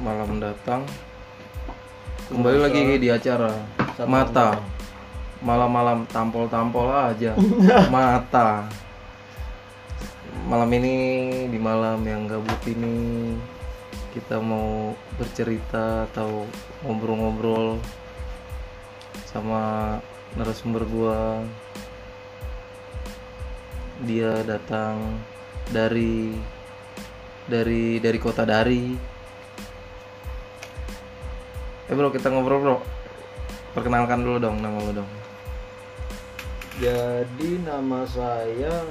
malam datang. Kembali lagi di acara Mata. Malam-malam tampol-tampol aja. Mata. Malam ini, di malam yang gabut ini, kita mau bercerita atau ngobrol-ngobrol sama narasumber gua. Dia datang dari kota Dari. Bro, kita ngobrol bro. Perkenalkan dulu dong nama lo dong. Jadi nama saya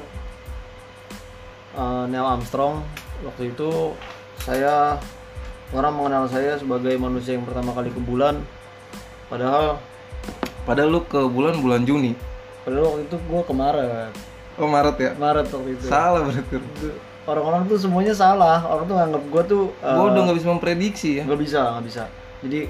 Neil Armstrong. Waktu itu orang mengenal saya sebagai manusia yang pertama kali ke bulan. Padahal lu ke bulan Juni. waktu itu gue ke Maret. Oh Maret ya? Maret waktu itu. Salah berarti. Orang-orang tuh semuanya salah. Orang tuh nganggap gue tuh Gue udah nggak bisa memprediksi ya. Nggak bisa. Jadi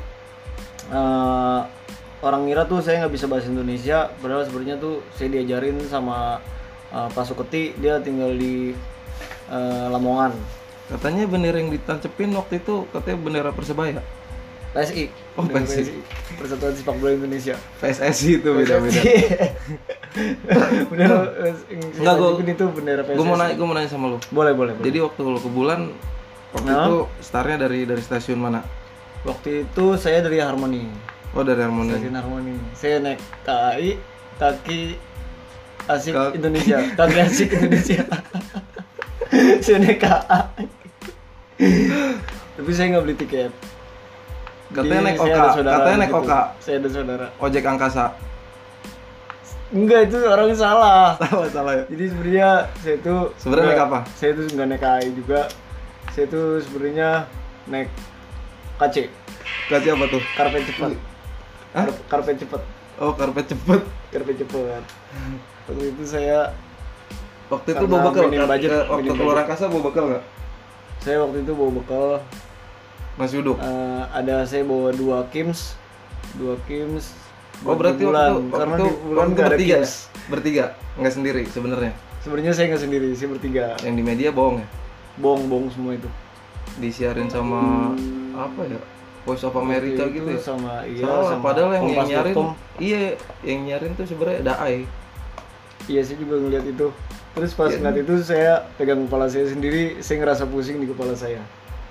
orang ngira tuh saya nggak bisa bahasa Indonesia. Padahal sebenarnya tuh saya diajarin sama Pak Suketi. Dia tinggal di Lamongan. Katanya bendera yang ditancepin waktu itu katanya bendera Persebaya. PSI. Oh, PSI. Persatuan Sepak Bola Indonesia. PSSI itu beda-beda. Bener. Enggak, itu bendera PSSI. Gue mau nanya sama lu. Boleh. Jadi waktu lu ke bulan itu startnya dari stasiun mana? Waktu itu saya dari Harmoni. Oh, dari Harmoni. Stasiun Harmoni. Saya naik KAI, Kaki Asik Kaki Indonesia. Saya naik KAI. Tapi saya nggak beli tiket. Katanya naik Oka. Saya ada saudara. Ojek angkasa. Enggak, itu orang salah. Salah ya. Jadi sebenarnya saya itu naik apa? Saya itu nggak naik KAI juga. Saya itu sebenarnya naik KC. KC apa tuh? Karpet cepat. Hah? Karpet cepat. Oh, karpet cepet. Karpet cepat. Waktu itu saya bawa bekal. Waktu keluar angkasa bawa bekal nggak? Saya waktu itu bawa bekal. Masih duduk. Saya bawa 2 Kims. Oh, berarti karena di bulan nggak ada Kims. Bertiga, nggak sendiri sebenarnya. Sebenarnya saya nggak sendiri, saya bertiga. Yang di media bohong ya? Bohong semua itu. Disiarin sama apa ya? Voice of America itu gitu ya? sama Padahal yang nyarin, yang nyarin tuh sebenarnya Daai. Iya, saya juga ngeliat itu. Terus pas ngeliat itu saya pegang kepala saya sendiri, saya ngerasa pusing di kepala saya.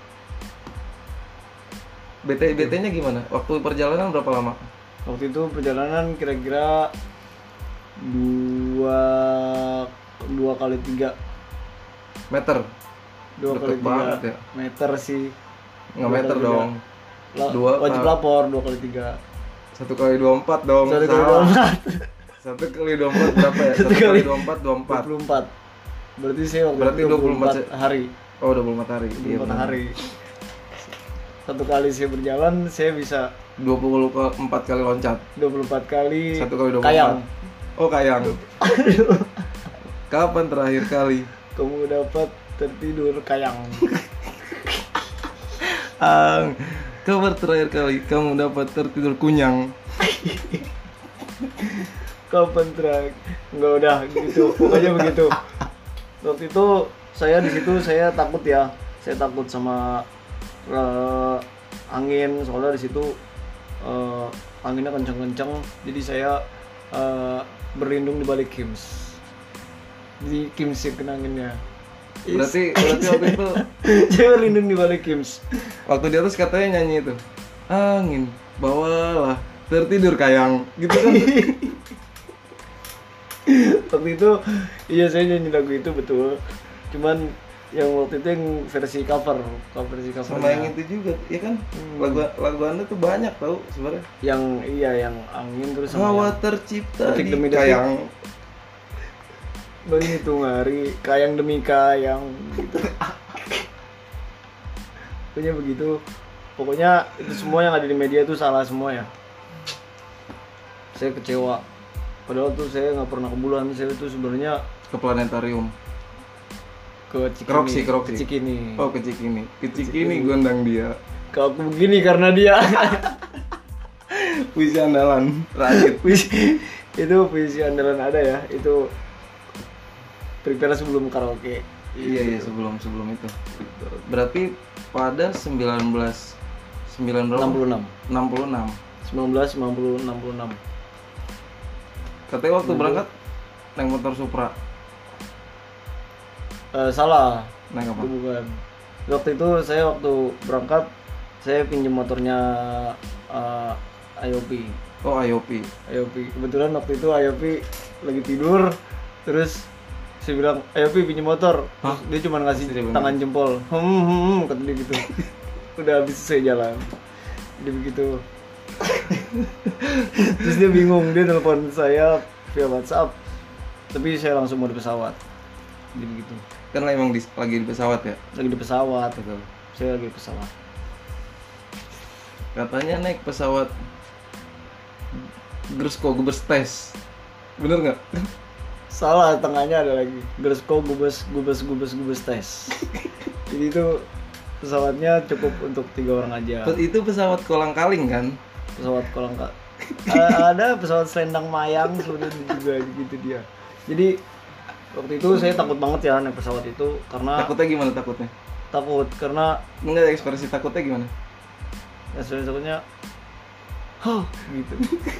BT-nya gimana? Waktu perjalanan berapa lama? Waktu itu perjalanan kira-kira 2 kali 3 meter. 2 kali 3 ya? meter sih. Nggak meter dong. Wajib lapor 2 kali 3. 1 kali 24 dong. 1 kali 24. 1 kali 24 berapa ya? 1 kali 24 24. Berarti saya waktu 24 hari. Oh, 24 hari. 24 hari. 1 kali saya berjalan, saya bisa 24 kali loncat. 24 kali 1 kali 24. kayang. Oh, kayang. Kapan terakhir kali kamu dapat tertidur kayang? Kapan terakhir kali kamu dapat tertidur kunyang? Kapan terakhir? Enggak, udah gitu. Pokoknya begitu. Waktu itu saya di situ saya takut ya. Saya takut sama angin, soalnya di situ anginnya kencang-kencang. Jadi saya berlindung di balik Kims. Di Kims yang kena anginnya. Berarti waktu itu saya berlindung di balik Kims. Waktu di atas katanya nyanyi itu, angin bawalah tertidur kayang, gitu kan? Waktu itu iya saya nyanyi lagu itu betul. Cuman yang waktu itu yang versi cover sama yang itu juga, ya kan? Lagu Anda tuh banyak tau sebenarnya. Yang angin terus sama hawa tercipta di demi kayang. Menghitung hari, kayang demi kayang gitu. Pokoknya begitu. Pokoknya itu semua yang ada di media itu salah semua ya. Saya kecewa. Padahal tuh saya nggak pernah ke bulan. Saya itu sebenarnya Ke planetarium. ke Cikini. Kroksi. Ke Cikini. Oh, ke Cikini. Ke Cikini gondang dia. Kalau aku begini karena dia. Puisi andalan Radit. Itu puisi andalan ada ya. Itu prepare sebelum karaoke. Iya sebelum itu. Berarti pada 19 9 berapa? 66. 66. 1966. Katanya waktu berangkat naik motor Supra. Salah. Naik apa? Itu bukan. Waktu itu saya waktu berangkat saya pinjam motornya IOP. Oh, IOP. Kebetulan waktu itu IOP lagi tidur, terus saya bilang IOP pinjam motor. Terus dia cuma ngasih tangan jempol. Kata dia gitu. Udah habis saya jalan. Dia begitu. Terus dia bingung, dia telepon saya via WhatsApp. Tapi saya langsung mau di pesawat. Dia begitu. Kan emang lagi di pesawat ya? Lagi di pesawat gitu. Saya lagi di pesawat. Katanya naik pesawat Gersko Gubes bener nggak? Salah, tengahnya ada lagi Gersko Gubes tes. Jadi itu pesawatnya cukup untuk 3 orang aja. Itu pesawat kolang-kaling kan? Pesawat kolang kak. Ada pesawat selendang mayang sebenarnya juga gitu dia. Jadi waktu itu saya takut banget ya naik pesawat itu karena Takutnya gimana takutnya? takut karena Enggak, ekspresi takutnya gimana? ya takutnya gitu.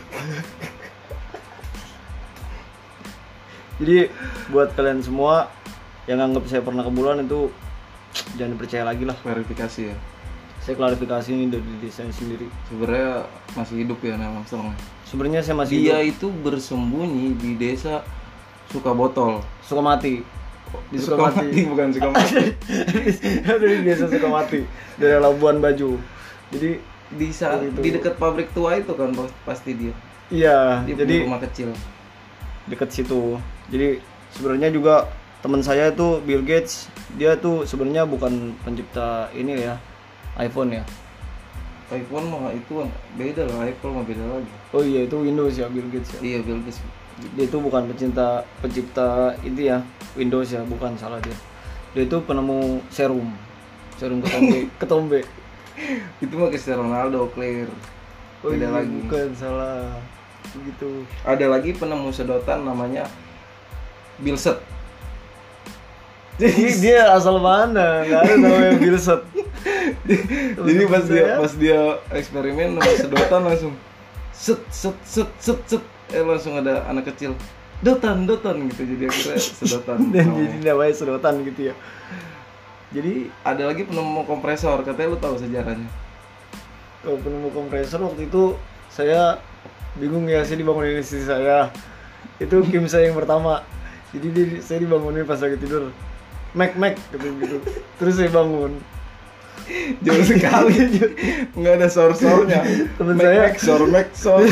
Jadi buat kalian semua yang anggap saya pernah ke bulan itu jangan dipercaya lagi lah. Klarifikasi ya. Saya klarifikasi ini dari diri saya sendiri. Sebenarnya masih hidup ya Neil Armstrong. Sebenarnya saya masih Dia hidup. itu bersembunyi di desa Sukabotol. Sukamati. Di Sukamati bukan Sukamati. Dari desa Sukamati, dari Labuan Bajo. Jadi Di dekat pabrik tua itu kan pasti dia. iya, Dia jadi punya rumah kecil. dekat situ. Jadi sebenarnya juga teman saya itu Bill Gates, dia tuh sebenarnya bukan pencipta ini ya, iPhone ya. iPhone mah itu beda lah, Apple mah beda lagi. Oh iya, itu Windows ya, Bill Gates ya. Iya, Bill Gates. Dia itu bukan pencipta itu ya, Windows ya, bukan, salah dia. Dia itu penemu serum ketombe. Itu mah Cristiano Ronaldo, clear. Oh Beda iya, lagi. bukan, salah. Begitu. Ada lagi penemu sedotan namanya Bilset. Jadi dia asal mana? Nggak ada namanya Bilset. Jadi pas dia eksperimen nemu sedotan langsung set langsung ada anak kecil dotan gitu, jadi akhirnya sedotan. Dan jadi namanya sedotan gitu ya. Jadi Ada lagi penemu kompresor, katanya lu tahu sejarahnya. kalau penemu kompresor waktu itu saya bingung ya, saya dibangunin istri saya. Itu Kim saya yang pertama. Jadi saya dibangunin pas lagi tidur. Mac gitu gitu. Terus saya bangun. Jauh sekali, nggak ada sor-sornya. Temen saya Mac sor.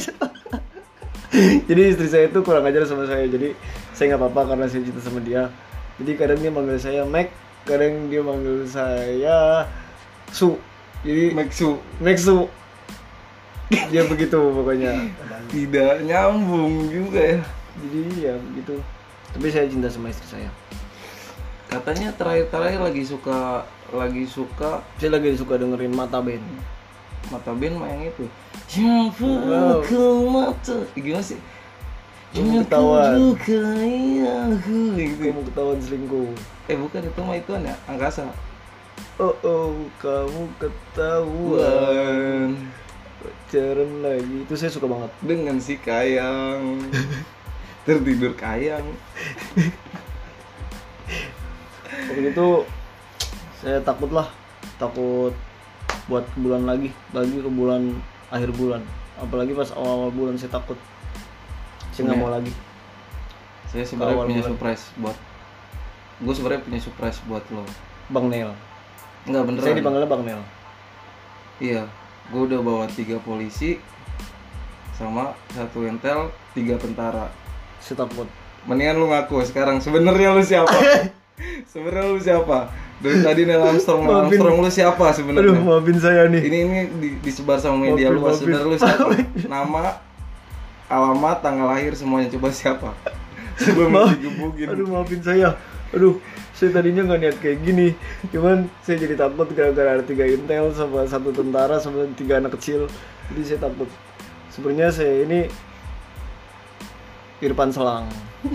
Jadi istri saya itu kurang ajar sama saya. Jadi saya nggak apa-apa karena saya cinta sama dia. Jadi kadang dia manggil saya Mac, kadang dia manggil saya Su. Jadi Maxu. Dia begitu pokoknya. Tidak nyambung juga ya. Jadi ya begitu. Tapi saya cinta sama istri saya. Katanya terakhir lagi suka Saya lagi suka dengerin Mata Band. Mata Band mah yang itu. Jumpa ke mata. Gimana sih? Kamu ketahuan. Gitu. Kamu ketahuan selingkuh. Bukan, itu mah ituan ya, angkasa. Oh, kamu ketahuan. Pacaran lagi. Itu saya suka banget. Dengan si Kayang. Tertidur Kayang. Waktu itu saya takut buat bulan lagi ke bulan akhir bulan, apalagi pas awal bulan saya takut, saya nggak mau lagi. Saya sebenarnya Awal punya bulan. surprise buat lo. Bang Nel. Enggak, beneran. Saya dipanggilnya Bang Nel. Iya, gue udah bawa 3 polisi sama 1 intel, 3 tentara. Saya takut. Mendingan lu ngaku sekarang sebenarnya lu siapa? Dari tadi Neil Armstrong lu siapa Aduh, sebenarnya? maafin saya nih. Ini disebar sama media luas. Sebenarnya lu siapa? Nama, alamat, tanggal lahir semuanya, coba siapa? Sebelum digebukin. Aduh, maafin saya. Aduh, saya tadinya nggak niat kayak gini. Cuman saya jadi takut gara-gara ada 3 intel sama 1 tentara sama 3 anak kecil. Jadi saya takut. Sebenarnya saya ini Irfan Selang.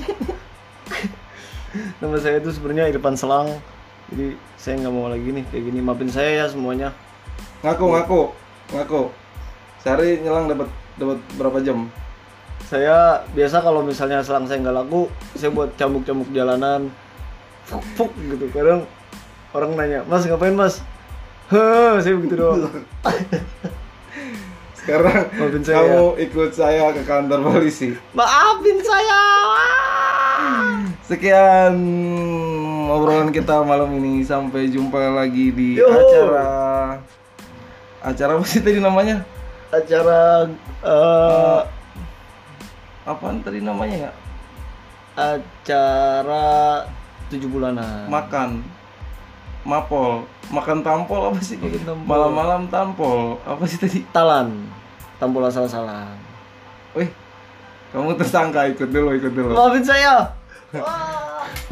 Nama saya itu sebenarnya Irfan Selang. Jadi saya nggak mau lagi nih kayak gini. Maafin saya ya semuanya. Ngaku. Sehari nyelang dapat berapa jam? Saya biasa kalau misalnya selang saya nggak laku, saya buat cambuk-cambuk jalanan, fuk gitu. Kadang orang nanya, Mas ngapain Mas? Saya begitu doang. Sekarang kamu ikut saya ke kantor polisi. Maafin saya. Sekian obrolan kita malam ini. Sampai jumpa lagi di acara apa sih tadi namanya? Acara apaan tadi namanya ya? Acara 7 bulanan. Makan tampol apa sih? Malam-malam tampol. Apa sih tadi? Tampol asal-asalan. Wih, kamu tersangka, ikut dulu. Maafin saya.